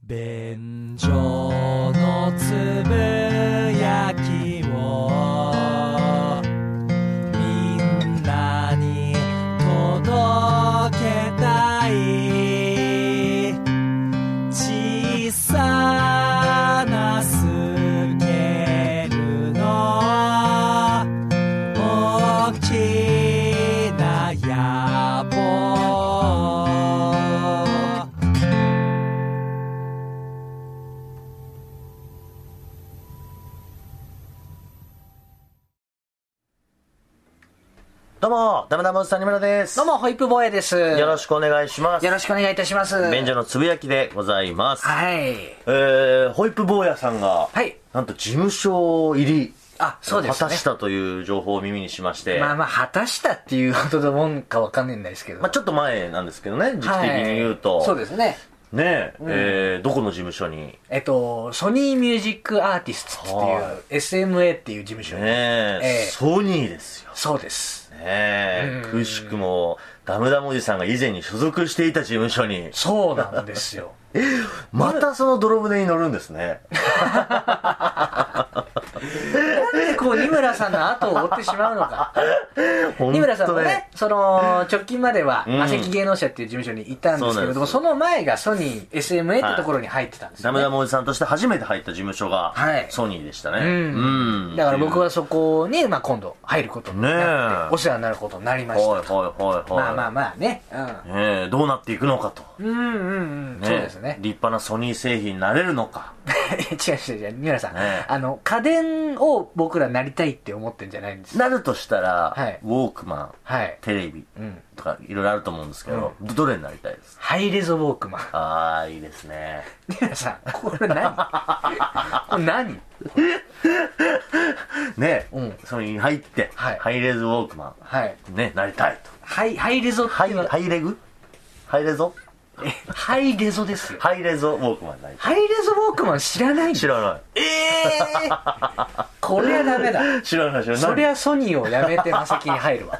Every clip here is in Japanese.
便所のつぶやきをみんなに届けたい小さなスケールの大きな野望。 どうも、ダメダメおじさんにむらです。 どうも、ホイップボーイです。 よろしくお願いします。 よろしくお願いいたします。 便所のつぶやきでございます。 はい。 ホイップ坊やさんが、 はい。 なんと事務所入り、 そうですね。 果たしたという情報を耳にしまして。 まあ、果たしたっていうほどのもんかわかんないんですけど。 ちょっと前なんですけどね、時期的に言うと。 そうですね。 ねえ、どこの事務所にソニーミュージックアーティストっていう、SMA っていう事務所に。 ソニーですよ。 そうです。 くしくも、ダムダムおじさんが以前に所属していた事務所に。 そうなんですよ。 またその泥船に乗るんですね。 なんでこう、二村さんの後を追ってしまうのか。二村さんもね、直近までは、マセキ芸能社っていう事務所にいたんですけれども、その前がソニー SMA ってところに入ってたんですよね。 ダムダムおじさんとして初めて入った事務所が、ソニーでしたね。 だから僕はそこに、今度入ることになって、お世話になることになりました。まあね。 どうなっていくのかと。 そうですね。 立派なソニー製品になれるのか。 違う、三浦さん。家電を僕らなりたいって思ってんじゃないんです。 なるとしたら、ウォークマン、テレビとかいろいろあると思うんですけど、どれになりたいですか？ ハイレゾウォークマン。 いいですね。 三浦さん、これ何？これ何？ ね、それに入って、ハイレゾウォークマン、ね、なりたいと。 ハイレゾってハイレグ？ハイレゾ？ ハイレゾですよ。 ハイレゾウォークマンない。 ハイレゾウォークマン知らないの？ 知らない。 これはダメだ。 知らない。 そりゃソニーをやめてマセキに入るわ。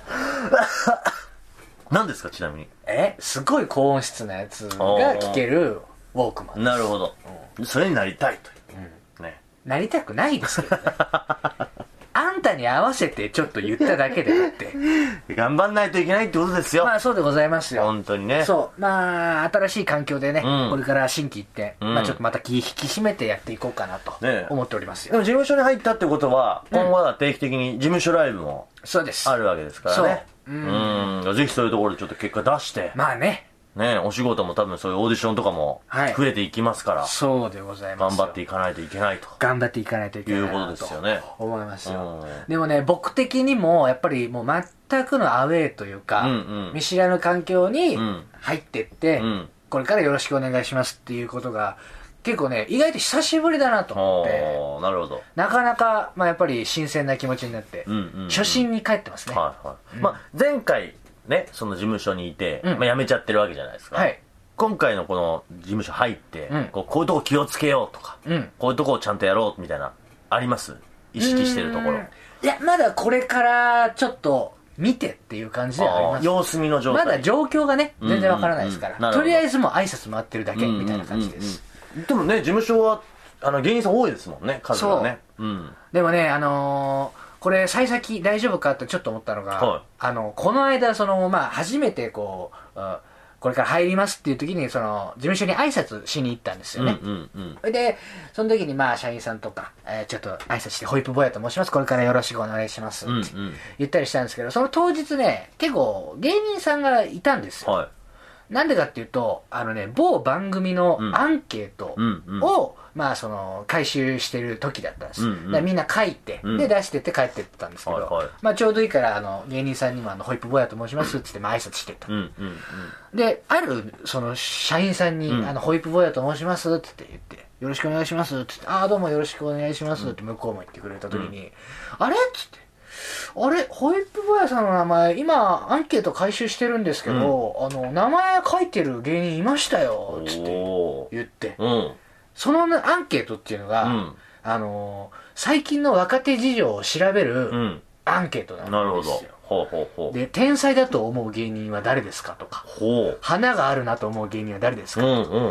何ですか、ちなみに。 すごい高音質なやつが聴けるウォークマン。 なるほど。それになりたいという。ね。 なりたくないですけどね。あんたに合わせてちょっと言っただけであって。 頑張んないといけないってことですよ。 そうでございますよ。 本当にね。 そう。新しい環境でね、これから新規一転、ちょっとまた気引き締めてやっていこうかなと思っておりますよ。 でも事務所に入ったってことは、今後は定期的に事務所ライブもあるわけですからね。ぜひそういうところでちょっと結果出して。ね、お仕事も多分そういうオーディションとかも増えていきますから、 そうでございます。 頑張っていかないといけないと。 頑張っていかないといけないいうことですよね。 思いますよ。でもね、僕的にもやっぱりもう全くのアウェーというか、見知らぬ環境に入ってって、これからよろしくお願いしますっていうことが、結構ね、意外と久しぶりだなと思って、 なるほど。 なかなか、やっぱり新鮮な気持ちになって、初心に帰ってますね。 前回、ね、その事務所にいて、辞めちゃってるわけじゃないですか。今回のこの事務所入って、こういうとこ気をつけようとか、こういうとこをちゃんとやろうみたいな、あります？意識してるところ。 いや、まだこれからちょっと見てっていう感じではあります。 様子見の状態。 まだ状況がね、全然わからないですから。とりあえずもう挨拶回ってるだけみたいな感じです。 でもね、事務所は、芸人さん多いですもんね、数がね。 でもね、これ、幸先大丈夫かってちょっと思ったのが、この間、初めてこれから入りますっていう時に、事務所に挨拶しに行ったんですよね。で、その時に社員さんとか、ちょっと挨拶して、ホイップボーイと申します。これからよろしくお願いします。って言ったりしたんですけど、その当日ね、結構芸人さんがいたんですよ。なんでかっていうと、某番組のアンケートを、回収してる時だったんです。だからみんな書いて、で出してって帰ってってたんですけど、ちょうどいいから、芸人さんにもホイップボーヤと申しますって言って、挨拶してた。で、ある、社員さんに、ホイップボーヤと申しますって言って、よろしくお願いしますって言って、どうもよろしくお願いしますって向こうも言ってくれた時に、あれっつって、ホイップボーヤさんの名前、今、アンケート回収してるんですけど、名前書いてる芸人いましたよ、つって言って、そのアンケートっていうのが、最近の若手事情を調べるアンケートなんですよ。で、天才だと思う芸人は誰ですかとか、花があるなと思う芸人は誰ですかとか、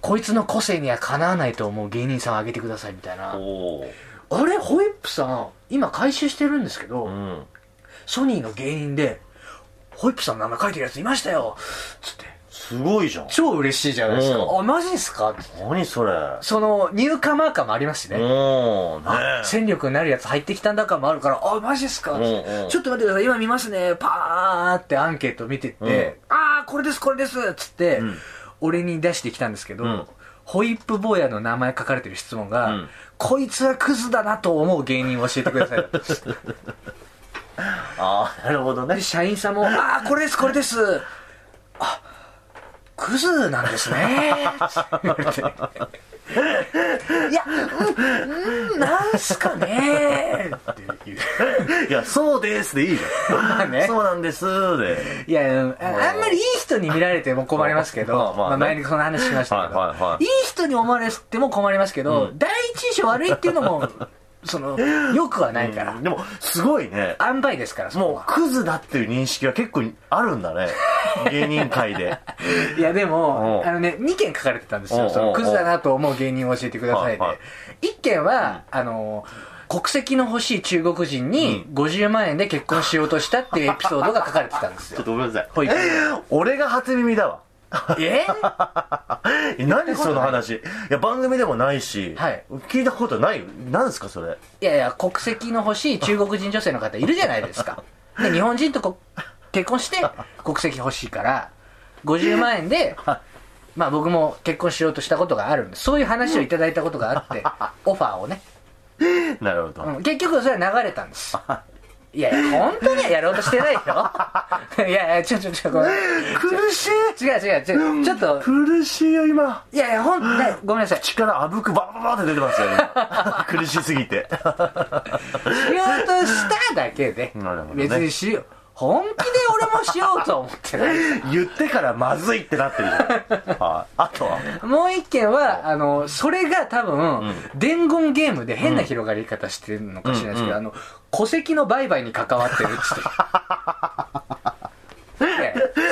こいつの個性にはかなわないと思う芸人さんを挙げてくださいみたいな。あれホイップさん今回収してるんですけど、ソニーの芸人でホイップさんの名前書いてるやついましたよつって。 すごいじゃん。 超嬉しいじゃないですか。あ、マジっすか。 何それ。 そのニューカマー感もありますしね。戦力になるやつ入ってきたんだ感もあるから、あ、マジっすか。ちょっと待ってください、今見ますね。パーってアンケート見てって、あーこれですこれですっつって、俺に出してきたんですけど、ホイップ坊やの名前書かれてる質問が、こいつはクズだなと思う芸人を教えてください。 ああ、なるほどね。 社員さんも、あーこれですこれです。あ、クズなんですね。いや、なんすかねっていう。 いや、そうですでいいじゃん。ね、そうなんですで。 いや、あんまりいい人に見られても困りますけど、前にその話しましたけど、いい人に思われても困りますけど、第一印象悪いっていうのも、よくはないから。 でも、すごいね。 塩梅ですから、 もう、クズだっていう認識は結構あるんだね。芸人界で。 いや、でも、2件書かれてたんですよ。クズだなと思う芸人を教えてくださいで。1件は、国籍の欲しい中国人に50万円で結婚しようとしたっていうエピソードが書かれてたんですよ。 ちょっとごめんなさい。俺が初耳だわ。何その話。いや、番組でもないし、聞いたことない。何ですかそれ。 いやいや、国籍の欲しい中国人女性の方いるじゃないですか。で、日本人と結婚して国籍欲しいから50万円で、まあ僕も結婚しようとしたことがあるんで、そういう話をいただいたことがあって、オファーをね。 なるほど。 結局それは流れたんです。いやいや、本当にはやろうとしてないよ。いやいや、ちょ、ごめん。 苦しい。 違う、ちょっと。 苦しいよ、今。 いやいや、ごめんなさい。 口からあぶくバババって出てますよ、今。苦しすぎて。 しようとしただけで。別にしよう。本気で俺もしようと思ってない。 言ってからまずいってなってるじゃん。あとはもう一件は、それが多分、伝言ゲームで変な広がり方してるのかしれないですけど、戸籍の売買に関わってるっつって。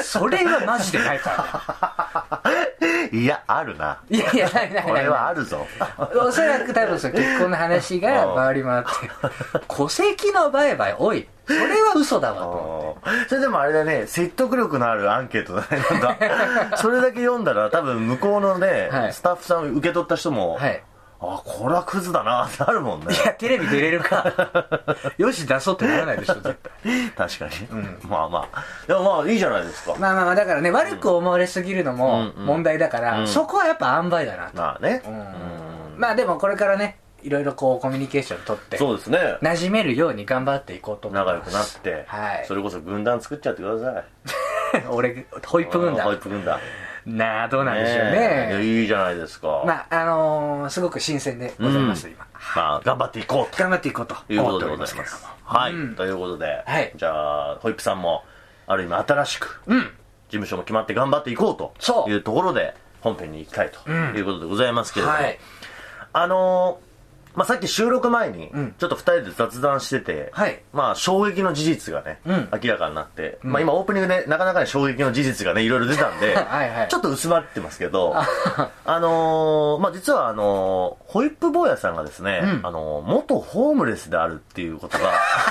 それはマジでないからね。 いや、あるな。 いや、ない。 これはあるぞ。 おそらく多分結婚の話が回り回って、戸籍の売買、おい。それは嘘だわと思って。 それでもあれだね、説得力のあるアンケートだね。なんか、それだけ読んだら多分向こうのね、スタッフさん受け取った人も、あ、これはクズだなってなるもんね。 いや、テレビ出れるか。よし、出そうってならないでしょ、絶対。確かに。まあ。でもまあ、いいじゃないですか。 まあ、だからね、悪く思われすぎるのも問題だから、そこはやっぱ塩梅だなと。 まあね。 まあでもこれからね、いろいろこうコミュニケーション取って、 そうですね。 馴染めるように頑張っていこうと思います。 仲良くなって、それこそ軍団作っちゃってください。 俺、ホイップ軍団。 ホイップ軍団。 なあ、どうなんでしょうね。 いいじゃないですか。 まあ、すごく新鮮でございます、今。 まあ、頑張っていこうと。 頑張っていこうということでございます。はい。ということで、じゃあ、ホイップさんも、ある意味新しく、事務所も決まって頑張っていこうというところで、本編に行きたいということでございますけれども、まあ、さっき収録前にちょっと2人で雑談してて、まあ衝撃の事実がね、明らかになって、まあ今オープニングでなかなかに衝撃の事実がねいろいろ出たんでちょっと薄まってますけどまあ実はホイップ坊やさんがですね、元ホームレスであるっていうことが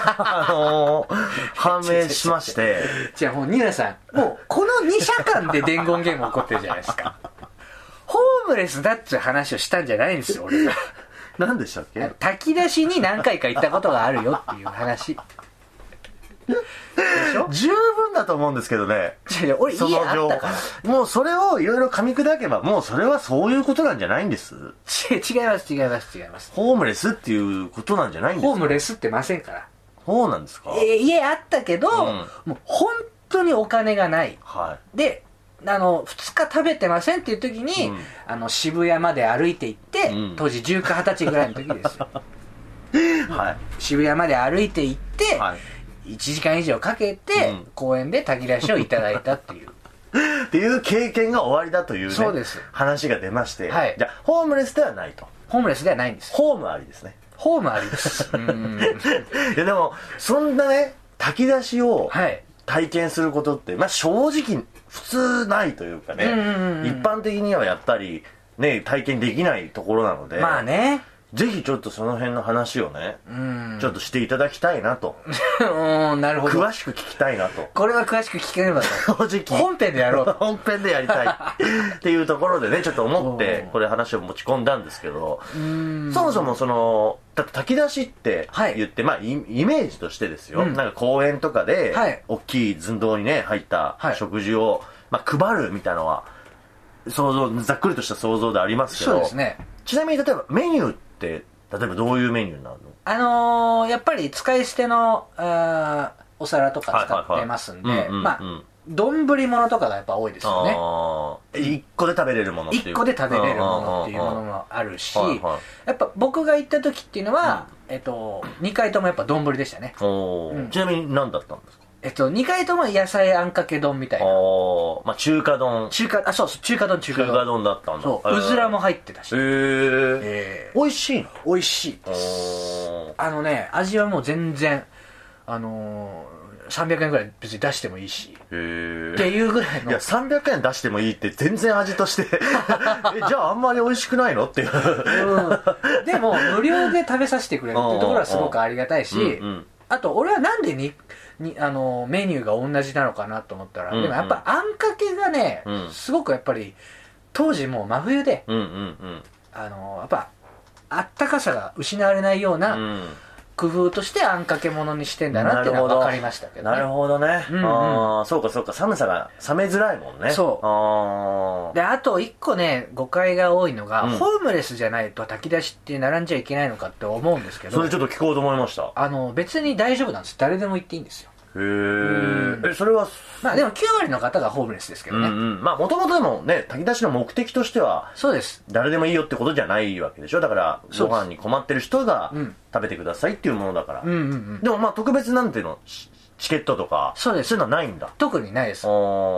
判明しまして、 じゃあもうニラさん、もうこの2社間で伝言ゲーム起こってるじゃないですか。ホームレスだっていう話をしたんじゃないんですよ、俺が。 何でしたっけ？ 炊き出しに何回か行ったことがあるよっていう話。でしょ？ 十分だと思うんですけどね。 俺家あったから。 もうそれをいろいろ噛み砕けば、もうそれはそういうことなんじゃないんです。 違います。 ホームレスっていうことなんじゃないんですか？ ホームレスってませんから。 そうなんですか？ 家あったけど、もう本当にお金がない。で、2日食べてませんっていう時に、渋谷まで歩いて行って、当時19、20歳ぐらいの時ですよ。渋谷まで歩いて行って、1時間以上かけて、公園で炊き出しをいただいたっていう。 っていう経験が終わりだというね、 そうです。 話が出まして、じゃあ、ホームレスではないと。 ホームレスではないんです。 ホームありですね。 ホームありです。 いやでも、そんなね、炊き出しを体験することって、まあ正直、普通ないというかね、一般的にはやっぱり、 ね体験できないところなので、 まあね、 ぜひちょっとその辺の話をね、ちょっとしていただきたいなと。 なるほど。 詳しく聞きたいなと。 これは詳しく聞ければと。 正直。 本編でやろうと。 本編でやりたい。っていうところでね、ちょっと思って、これ話を持ち込んだんですけど、そもそもその、だって炊き出しって言って、まあイメージとしてですよ。なんか公園とかで、大きい寸胴にね、入った食事を、まあ配るみたいなのは、ざっくりとした想像でありますけど、 そうですね。 ちなみに例えばメニューって、例えばどういうメニューになるの？ やっぱり使い捨てのお皿とか使ってますんで、まあ丼物とかがやっぱ多いですよね。 1個で食べれるものっていう。 1個で食べれるものっていうものもあるし、やっぱ僕が行った時っていうのは、2回ともやっぱ丼でしたね。 ちなみに何だったんですか ？2回とも野菜あんかけ丼みたいな。 まあ中華丼。 そうそう、中華丼。 中華丼だったんだ。 そう、うずらも入ってたし。 美味しいの？ 美味しいです。味はもう全然、300円ぐらい別に出してもいいし。っていうぐらいの。 いや、300円出してもいいって全然味として、じゃああんまり美味しくないのっていう。 でも、無料で食べさせてくれるっていうところはすごくありがたいし、あと、俺はなんでメニューが同じなのかなと思ったら、でもやっぱあんかけがね、すごくやっぱり当時もう真冬で、やっぱあったかさが失われないような工夫としてあんかけものにしてんだなっていうのは分かりましたけどね。 なるほどね。そうか、寒さが冷めづらいもんね。 そうで、あと一個ね誤解が多いのが、ホームレスじゃないと炊き出しって並んじゃいけないのかって思うんですけど、 それちょっと聞こうと思いました。 別に大丈夫なんです。誰でも行っていいんですよ。 それはまあでも9割の方がホームレスですけどね。 まあもともとでもね、炊き出しの目的としてはそうです、 誰でもいいよってことじゃないわけでしょ。だからご飯に困ってる人が食べてくださいっていうものだから。でもまあ特別なんていうのチケットとかそういうのはないんだ。 特にないです。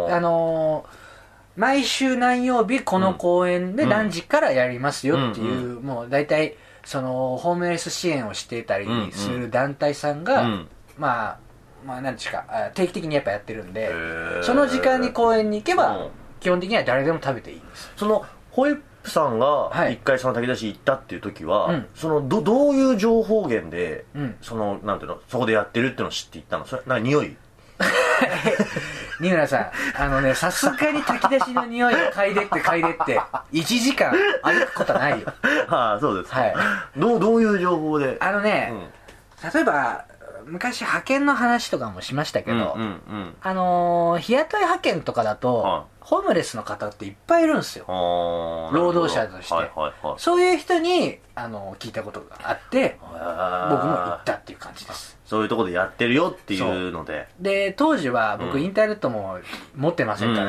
毎週何曜日この公園で何時からやりますよっていう、もう大体そのホームレス支援をしていたりする団体さんが、まあ何ですか、定期的にやっぱやってるんで、その時間に公園に行けば基本的には誰でも食べていいんです。 そのホイップさんが一回その炊き出し行ったっていう時は、そのどういう情報源で、そのなんていうの、そこでやってるっていうのを知っていったの？それなんか匂い？ 二村さん、さすがに炊き出しの匂いを嗅いでって1時間歩くことはないよ。 そうです。どういう情報で？ 例えば昔派遣の話とかもしましたけど、日雇い派遣とかだと、ホームレスの方っていっぱいいるんですよ、労働者として。そういう人に聞いたことがあって、僕も行ったっていう感じです。 そういうところでやってるよっていうので。 で当時は僕インターネットも持ってませんから、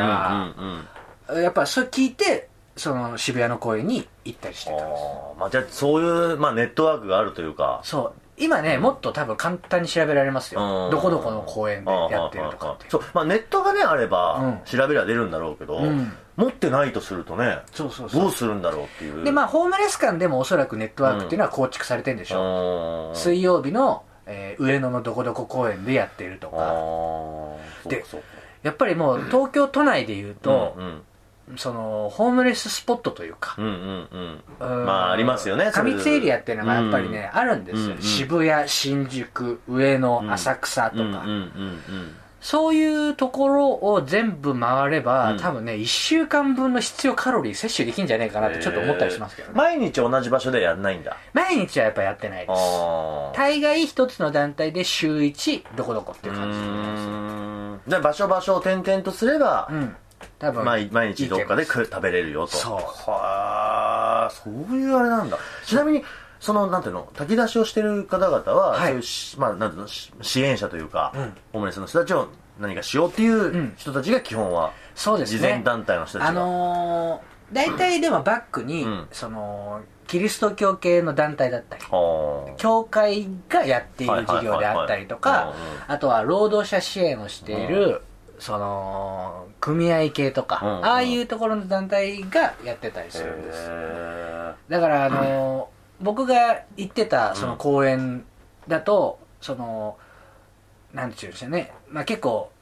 やっぱそれ聞いてその渋谷の公園に行ったりしてたんです。 じゃあそういう、ネットワークがあるというか。 そう今ね、もっと多分簡単に調べられますよ。どこどこの公園でやってるとかって。 そう、ネットがねあれば調べれば出るんだろうけど、持ってないとするとね、どうするんだろうっていう。 でホームレス間でもおそらくネットワークっていうのは構築されてるんでしょう。水曜日の上野のどこどこ公園でやってるとかで、やっぱりもう東京都内でいうと、そのホームレススポットというか、 ありますよね。 過密エリアっていうのがやっぱりね、あるんですよ。渋谷、新宿、上野、浅草とか、そういうところを全部回れば、多分ね1週間分の必要カロリー摂取できるんじゃないかなってちょっと思ったりしますけどね。 毎日同じ場所でやんないんだ。 毎日はやっぱやってないです。大概一つの団体で週1どこどこっていう感じでやります。 じゃあ場所を転々とすれば、 多分毎日どっかで食べれるよと。そういうあれなんだ。ちなみにそのなんていうの、炊き出しをしてる方々は、そういうなんていうの、支援者というか、ホームレスの人たちを何かしようっていう人たちが基本は、 そうですね、 慈善団体の人たちが大体でもバックに、そのキリスト教系の団体だったり、教会がやっている事業であったりとか、あとは労働者支援をしている、その組合系とか、ああいうところの団体がやってたりするんです。だから僕が行ってたその公園だと、そのなんていうんですかね、結構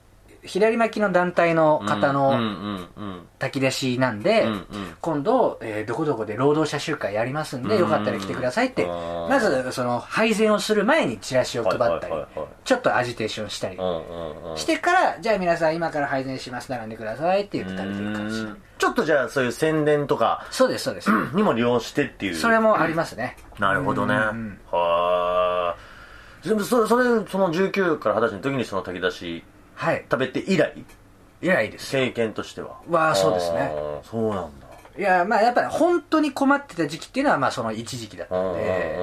左巻きの団体の方の炊き出しなんで、今度、どこどこで労働者集会やりますんで、よかったら来てくださいって、まずその配膳をする前にチラシを配ったり、ちょっとアジテーションしたりしてから、じゃあ皆さん今から配膳します、並んでくださいって言って食べていく感じ。 ちょっとじゃあそういう宣伝とか、 そうですそうですにも利用してっていう。 それもありますね。 なるほどね。はあ。それその19から20歳の時にその炊き出し食べて以来です。 経験としては。 そうですね。 そうなんだ。 いや、まあやっぱり本当に困ってた時期っていうのはまあその一時期だったんで。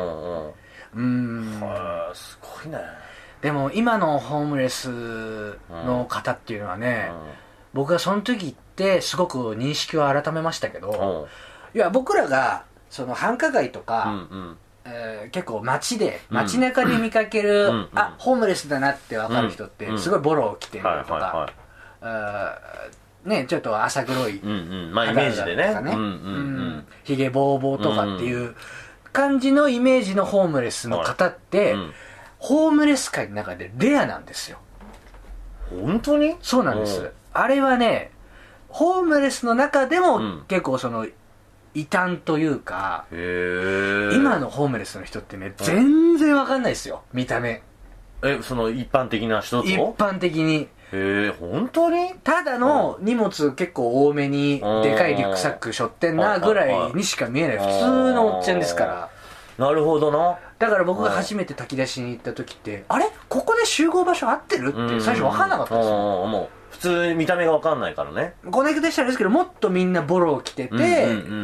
すごいね。 でも今のホームレスの方っていうのはね、僕がその時ってすごく認識を改めましたけど、いや僕らがその繁華街とか、結構街中で見かける、ホームレスだなって分かる人ってすごいボロを着てるとか、ね、ちょっと浅黒いまあイメージでね、 ひげぼうぼうとかっていう感じのイメージのホームレスの方って、ホームレス界の中でレアなんですよ。 本当に？ そうなんです。あれはね、ホームレスの中でも結構その異端というか、今のホームレスの人ってね、全然わかんないですよ、見た目。 その一般的な人と？ 一般的に。 本当に？ ただの荷物結構多めにでかいリュックサック背負ってんなぐらいにしか見えない普通のおっちゃんですから。 なるほどな。 だから僕が初めて炊き出しに行った時って、あれここで集合場所合ってるって最初分かんなかったんですよ。 もう普通に見た目が分かんないからね。 コネクトしたんですけど、もっとみんなボロを着てて、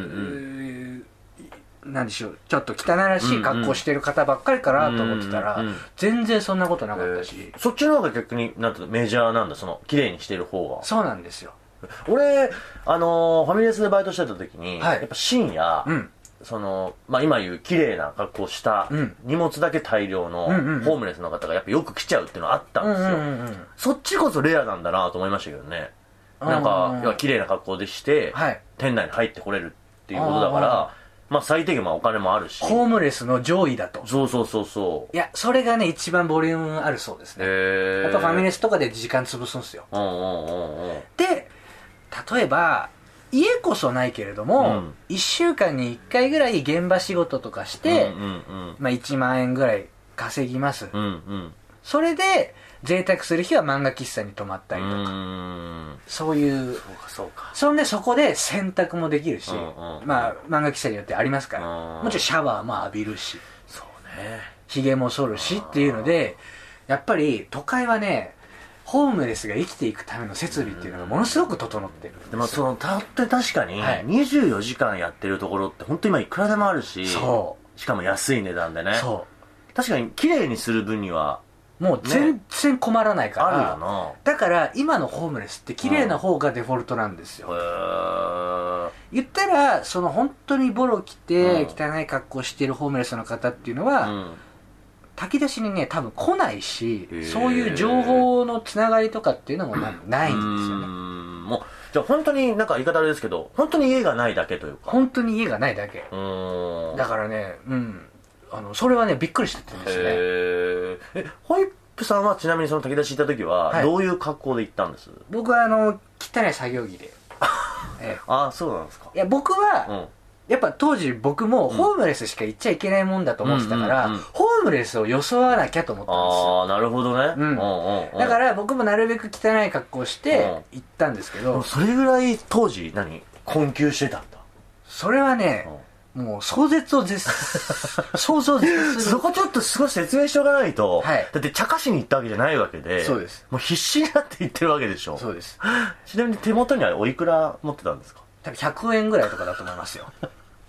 なんでしょう、ちょっと汚らしい格好してる方ばっかりかなと思ってたら、全然そんなことなかったし、 そっちの方が逆になんてメジャーなんだ、その綺麗にしてる方が。 そうなんですよ。 俺ファミレスでバイトしてた時に、やっぱ深夜、そのまあ今言う綺麗な格好した荷物だけ大量のホームレスの方がやっぱよく来ちゃうっていうのがあったんですよ。そっちこそレアなんだなと思いましたけどね。なんか要は綺麗な格好でして、店内に入ってこれるっていうことだから、まあ最低限まあお金もあるし、 ホームレスの上位だと。 そう。 いや、それがね一番ボリュームあるそうですね。やっぱファミレスとかで時間潰すんですよ。で、例えば家こそないけれども、1週間に1回ぐらい現場仕事とかして、まあ1万円ぐらい稼ぎます。それで贅沢する日は漫画喫茶に泊まったりとか、そういうそんでそこで洗濯もできるし、まあ漫画喫茶によってありますから、もちろんシャワーも浴びるし、ひげも剃るしっていうので、やっぱり都会はねホームレスが生きていくための設備っていうのがものすごく整ってるんですよ。 でもその確かに24時間やってるところって本当に今いくらでもあるし、しかも安い値段でね。確かに綺麗にする分にはもう全然困らないから、 あるよな。 だから今のホームレスって綺麗な方がデフォルトなんですよ。言ったらその本当にボロ着て汚い格好してるホームレスの方っていうのは、炊き出しにね多分来ないし、そういう情報のつながりとかっていうのもないんですよね。 もうじゃあ本当になんか言い方あれですけど、本当に家がないだけというか、 本当に家がないだけだからね、それはねびっくりしてたんですね。 ホイップさんはちなみにその炊き出し行った時はどういう格好で行ったんです？ 僕は汚い作業着でそうなんですか。 いや僕は、やっぱ当時僕もホームレスしか行っちゃいけないもんだと思ってたから、ホームレスを装わなきゃと思ったんですよ。 なるほどね。 だから僕もなるべく汚い格好して行ったんですけど、 それぐらい当時困窮してたんだ。 それはね、もう想像を絶する。 そこちょっとすごい説明しておかないと、だって茶化しに行ったわけじゃないわけで、 そうです。 もう必死になって行ってるわけでしょ。 そうです。 ちなみに手元にはおいくら持ってたんですか？ 多分100円ぐらいとかだと思いますよ。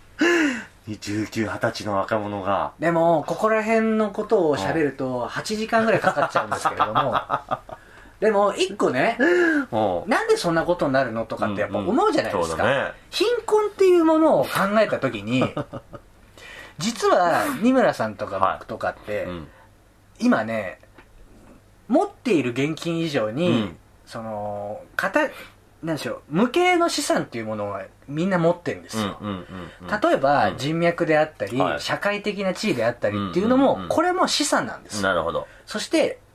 19、20歳の若者が。 でもここら辺のことを喋ると8時間ぐらいかかっちゃうんですけれども、でも一個ね、なんでそんなことになるのとかってやっぱ思うじゃないですか。貧困っていうものを考えた時に実は二村さんとか僕とかって、今ね持っている現金以上に、そのなんでしょう、無形の資産っていうものはみんな持ってるんですよ。例えば人脈であったり、社会的な地位であったりっていうのも、これも資産なんです。 なるほど。 そして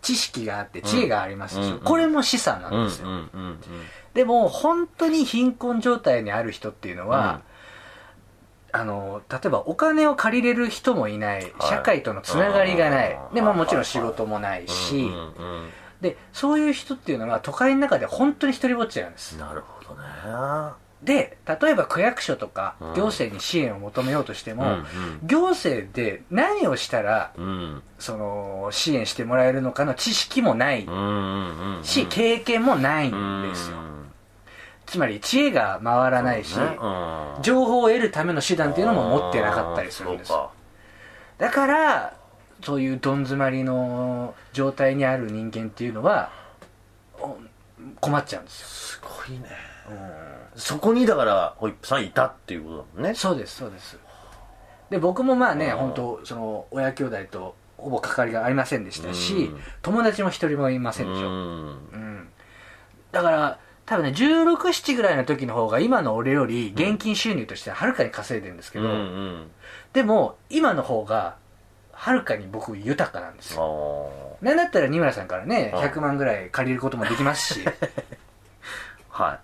知識があって知恵がありますでしょ、これも資産なんですよ。でも本当に貧困状態にある人っていうのは、例えばお金を借りれる人もいない、社会とのつながりがない、でももちろん仕事もないし、でそういう人っていうのは都会の中で本当に一人ぼっちなんです。 なるほどね。 で例えば区役所とか行政に支援を求めようとしても、行政で何をしたら、その支援してもらえるのかの知識もないし、経験もないんですよ。つまり知恵が回らないし、情報を得るための手段っていうのも持ってなかったりするんです。だからそういうどん詰まりの状態にある人間っていうのは困っちゃうんですよ。 すごいね。そこにだからホイップさんいたっていうことだもんね。 そうですそうです。で僕もまあね、本当その親兄弟とほぼ関わりがありませんでしたし、友達も一人もいませんでしょ。だから多分ね16、17ぐらいの時の方が今の俺より現金収入としてははるかに稼いでるんですけど、でも今の方がはるかに僕豊かなんですよ。なんだったら二村さんからね100万ぐらい借りることもできますしはい。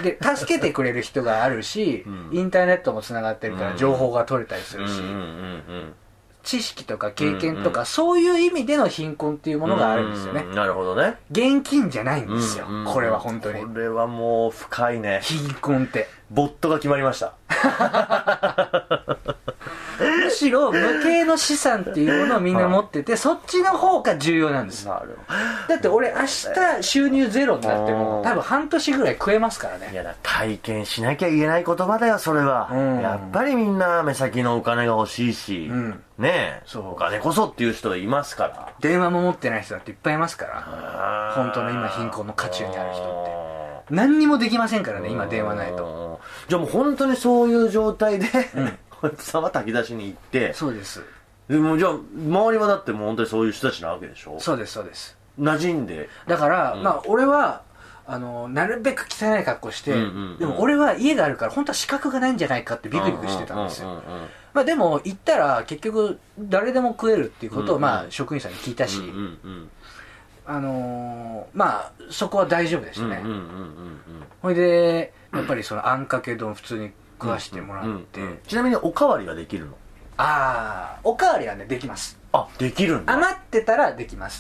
で助けてくれる人があるし、インターネットもつながってるから情報が取れたりするし、知識とか経験とか、そういう意味での貧困っていうものがあるんですよね。 なるほどね。 現金じゃないんですよ、これは本当に。 これはもう深いね。 貧困ってボットが決まりましたむしろ無形の資産っていうものをみんな持ってて、そっちの方が重要なんです。だって俺明日収入ゼロになっても多分半年ぐらい食えますからね。 いやだ体験しなきゃ言えない言葉だよそれは。やっぱりみんな目先のお金が欲しいし、ねえ、お金こそっていう人いますから。 電話も持ってない人だっていっぱいいますから、本当の今貧困の渦中にある人って何にもできませんからね、今電話ないと。 じゃあもう本当にそういう状態でホイップさんは炊き出しに行って。 そうです。 でもじゃあ周りはだってもう本当にそういう人たちなわけでしょ。 そうですそうです。 馴染んでだから、まあ俺はなるべく汚い格好して、でも俺は家があるから本当は資格がないんじゃないかってビクビクしてたんですよ。まあでも行ったら結局誰でも食えるっていうことをまあ職員さんに聞いたし、まあそこは大丈夫でしたね。ほいでやっぱりそのあんかけ丼普通に食わしてもらって。 ちなみにおかわりができるの？ おかわりはねできます。 あ、できるんだ。 余ってたらできます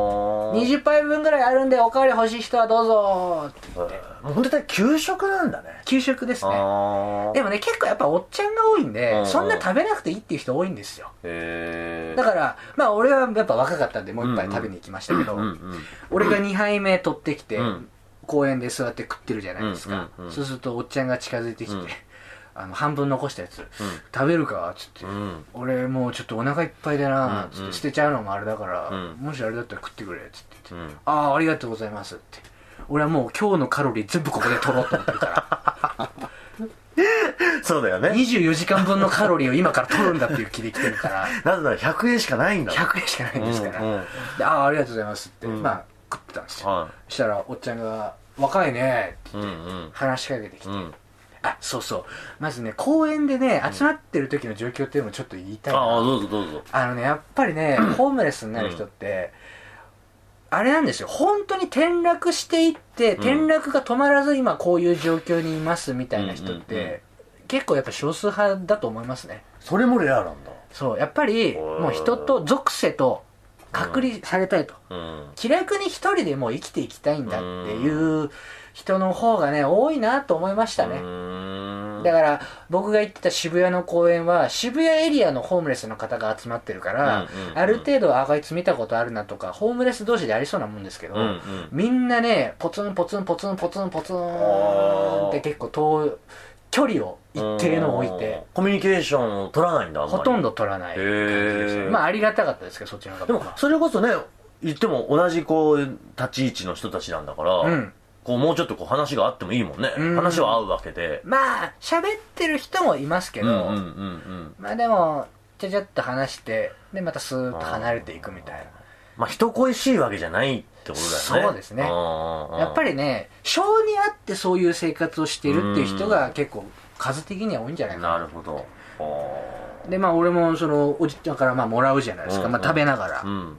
。20杯分ぐらいあるんでおかわり欲しい人はどうぞって言って。 本当に給食なんだね。 給食ですね。でもね結構やっぱおっちゃんが多いんで、そんな食べなくていいっていう人多いんですよ。だからまあ俺はやっぱ若かったんでもう一杯食べに行きましたけど、俺が2杯目取ってきて公園で座って食ってるじゃないですか。そうするとおっちゃんが近づいてきて、半分残したやつ、食べるかっつって、俺もうちょっとお腹いっぱいだなっつって、捨てちゃうのもあれだから、もしあれだったら食ってくれっつって言って、ありがとうございますって。俺はもう今日のカロリー全部ここで取ろうと思ってるからそうだよね。 24時間分のカロリーを今から取るんだっていう気で来てるからなぜなら100円しかないんだ。 100円しかないんですから、でありがとうございますって、まあ食ってたんですよ。そしたらおっちゃんが若いねって言って話しかけてきて、そうそう、まずね公園でね集まってる時の状況っていうのもちょっと言いたいな。 どうぞどうぞ。 やっぱりねホームレスになる人ってあれなんですよ、本当に転落していって転落が止まらず今こういう状況にいますみたいな人って結構やっぱ少数派だと思いますね。 それもレアなんだ。 そうやっぱりもう人と属性と隔離されたいと、気楽に一人でもう生きていきたいんだっていう人の方がね多いなと思いましたね。だから僕が行ってた渋谷の公園は渋谷エリアのホームレスの方が集まってるから、ある程度あいつ見たことあるなとかホームレス同士でありそうなもんですけど、みんなねポツンポツンポツンポツンポツンって結構距離を一定の置いてコミュニケーションを取らないんだ。 ほとんど取らない感じでした。まあありがたかったですけどそっちの方が。 でもそれこそね言っても同じこう立ち位置の人たちなんだから、こうもうちょっとこう話があってもいいもんね。話は合うわけで、 まあ喋ってる人もいますけど、まあでもちゃっと話してでまたスーッと離れていくみたいな。 まあ人恋しいわけじゃないってことだよね。 そうですね。やっぱりね性に合ってそういう生活をしているっていう人が結構数的には多いんじゃないかな。 なるほど。 でまあ俺もそのおじちゃんからまあもらうじゃないですか、まあ食べながら、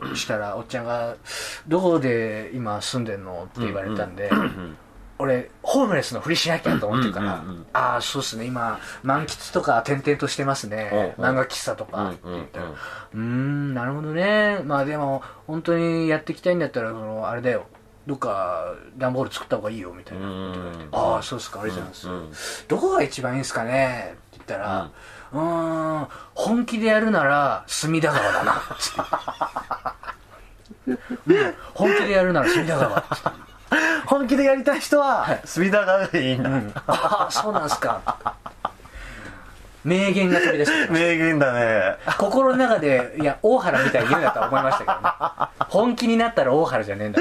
したらおっちゃんが「どこで今住んでんの?」って言われたんで、俺ホームレスのふりしなきゃと思ってるから「ああそうっすね今満喫とか転々としてますね、漫画喫茶とか」って言ったら「なるほどね、まあでも本当にやっていきたいんだったらあれだよ、どっか段ボール作った方がいいよ」みたいなこと言われて「ああそうっすか、ありがとうございます、どこが一番いいんすかね?」って言ったら「本気でやるなら隅田川だな」っつって本気でやるなら隅田川っつって本気でやりたい人は隅田川でいいんだ、 ああそうなんすか。名言が飛び出して名言だね。 心の中でいや大原みたいに言うんだとは思いましたけどね。本気になったら大原じゃねえんだ。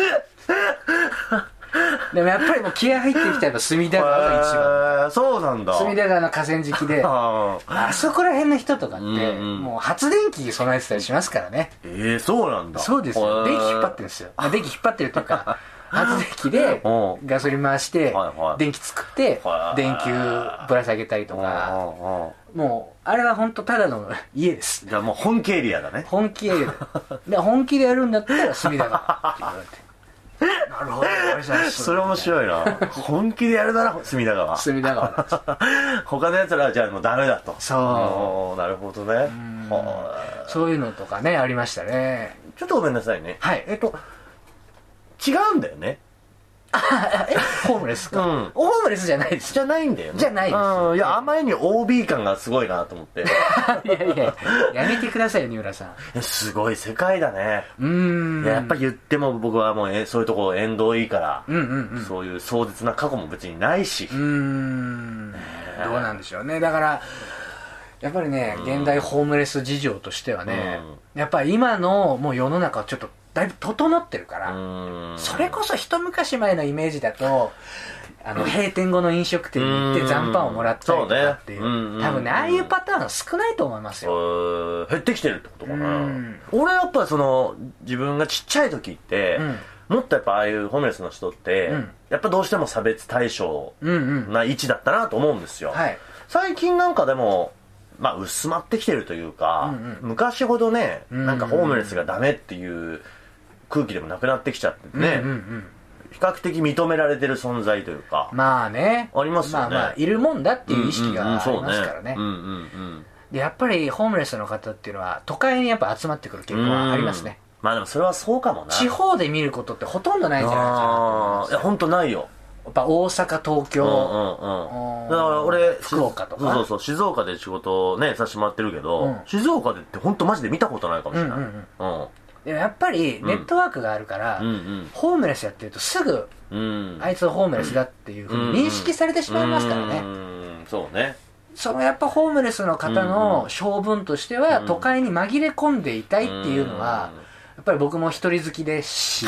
でもやっぱりもう気合入ってきたら隅田川が一番。 そうなんだ。 隅田川の河川敷であそこら辺の人とかってもう発電機備えてたりしますからね。 そうなんだ。 そうですよ。電気引っ張ってるんですよ。電気引っ張ってるというか発電機でガソリン回して電気作って電球ぶら下げたりとか、もうあれは本当ただの家です。 じゃあもう本気エリアだね。 本気エリアで本気でやるんだったら隅田川って言われてなるほど、 それ面白いな。本気でやるなら隅田川。 隅田川他のやつらはじゃあもうダメだと。 そう、 なるほどね。 そういうのとかねありましたね。 ちょっとごめんなさいね。 はい。 違うんだよね。 ホームレスか、ホームレスじゃないです。 じゃないんだよね。 じゃないです。 いや、あまりに OB 感がすごいなと思って。 いややめてくださいよ二村さん。すごい世界だね。やっぱり言っても僕はもうそういうところ縁遠いから、そういう壮絶な過去も別にないし。どうなんでしょうね。だからやっぱりね、現代ホームレス事情としてはね、やっぱり今のもう世の中はちょっとだいぶ整ってるから、それこそ一昔前のイメージだと閉店後の飲食店に行って残飯をもらったりとかっていう、多分ねああいうパターン少ないと思いますよ。 減ってきてるってことかな。俺やっぱ自分がちっちゃい時って、もっとやっぱああいうホームレスの人って、やっぱどうしても差別対象な位置だったなと思うんですよ。最近なんかでもまあ薄まってきてるというか、昔ほどねなんかホームレスがダメっていう空気でもなくなってきちゃってね、比較的認められてる存在というか、 まあねありますよね。 まあいるもんだっていう意識がありますからね。でやっぱりホームレスの方っていうのは都会にやっぱ集まってくる傾向はありますね。 まあでもそれはそうかもな。 地方で見ることってほとんどないんじゃないかな。 いや本当ないよ。 やっぱ大阪東京、 だから俺福岡とか静岡で仕事をねさせてもらってるけど、静岡でって本当マジで見たことないかもしれない。 でもやっぱりネットワークがあるから、ホームレスやってるとすぐ、あいつはホームレスだっていうふうに認識されてしまいますからね。 そうね。 やっぱホームレスの方の性分としては、都会に紛れ込んでいたいっていうのは、やっぱり僕も一人好きですし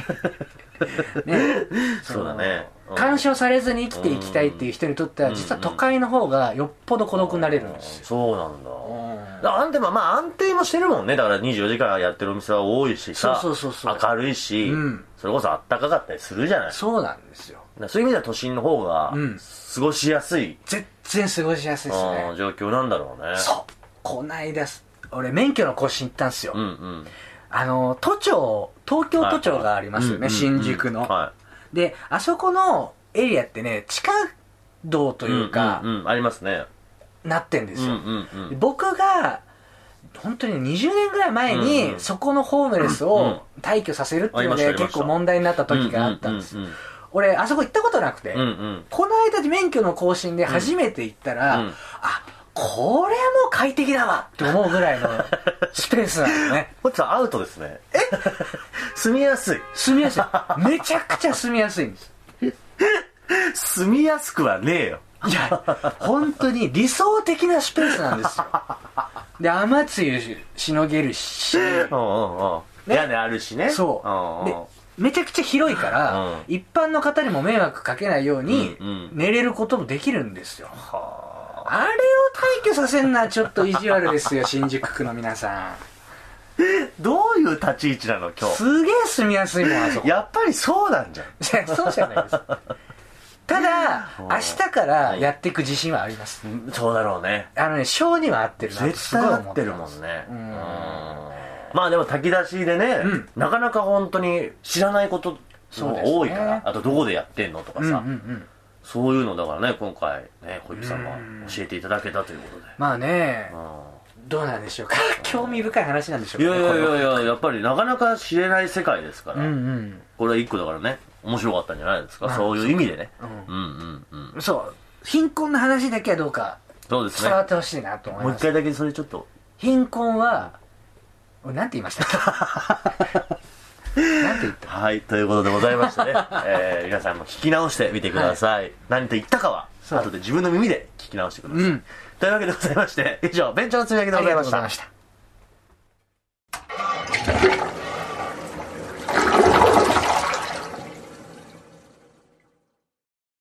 ね、 そうだね。 干渉されずに生きていきたいっていう人にとっては実は都会の方がよっぽど孤独になれるんですよ。 そうなんだ。まあ安定もしてるもんね。だから24時間やってるお店は多いしさ、明るいし、それこそあったかかったりするじゃない。 そうなんですよ。 そういう意味では都心の方が過ごしやすい、 全然過ごしやすいですね。 状況なんだろうね。 そう、こないだ俺免許の更新行ったんですよ。都庁、東京都庁がありますよね、新宿の。であそこのエリアってね地下道というか、 ありますね、 なってんですよ。僕が本当に20年ぐらい前にそこのホームレスを退去させるっていうので結構問題になった時があったんです。俺あそこ行ったことなくて、この間免許の更新で初めて行ったら、あ、これはもう快適だわって思うぐらいのスペースなんですね。 こっちはアウトですね。住みやすい。 住みやすい。めちゃくちゃ住みやすいんです。 住みやすくはねえよ。 いや本当に理想的なスペースなんですよ。で雨露しのげるし、 屋根あるしね。 そうでめちゃくちゃ広いから、一般の方にも迷惑かけないように寝れることもできるんですよ。あれを退去させんのはちょっと意地悪ですよ。新宿区の皆さんどういう立ち位置なの今日。 すげえ住みやすいもんあそこ。 やっぱりそうなんじゃん。 そうじゃないです。ただ明日からやっていく自信はあります。 そうだろうね。 性には合ってるな絶対合ってるもんね。 まあでも炊き出しでね、なかなか本当に知らないことが多いから、あとどこでやってんのとかさ、そういうのだからね、今回ね小池さんが教えていただけたということで、 まあね、どうなんでしょうか。興味深い話なんでしょうかね。 いややっぱりなかなか知れない世界ですから、これは一個だからね面白かったんじゃないですか、そういう意味でね。 そう貧困の話だけはどうかそうですね、 伝わってほしいなと思います。 もう一回だけそれちょっと。 貧困はなんて言いましたっけなんて言った。 はい、ということでございましてね、皆さんも聞き直してみてください、何と言ったかは後で自分の耳で聞き直してください、というわけでございまして、以上ベンチャーのつぶやきでございました。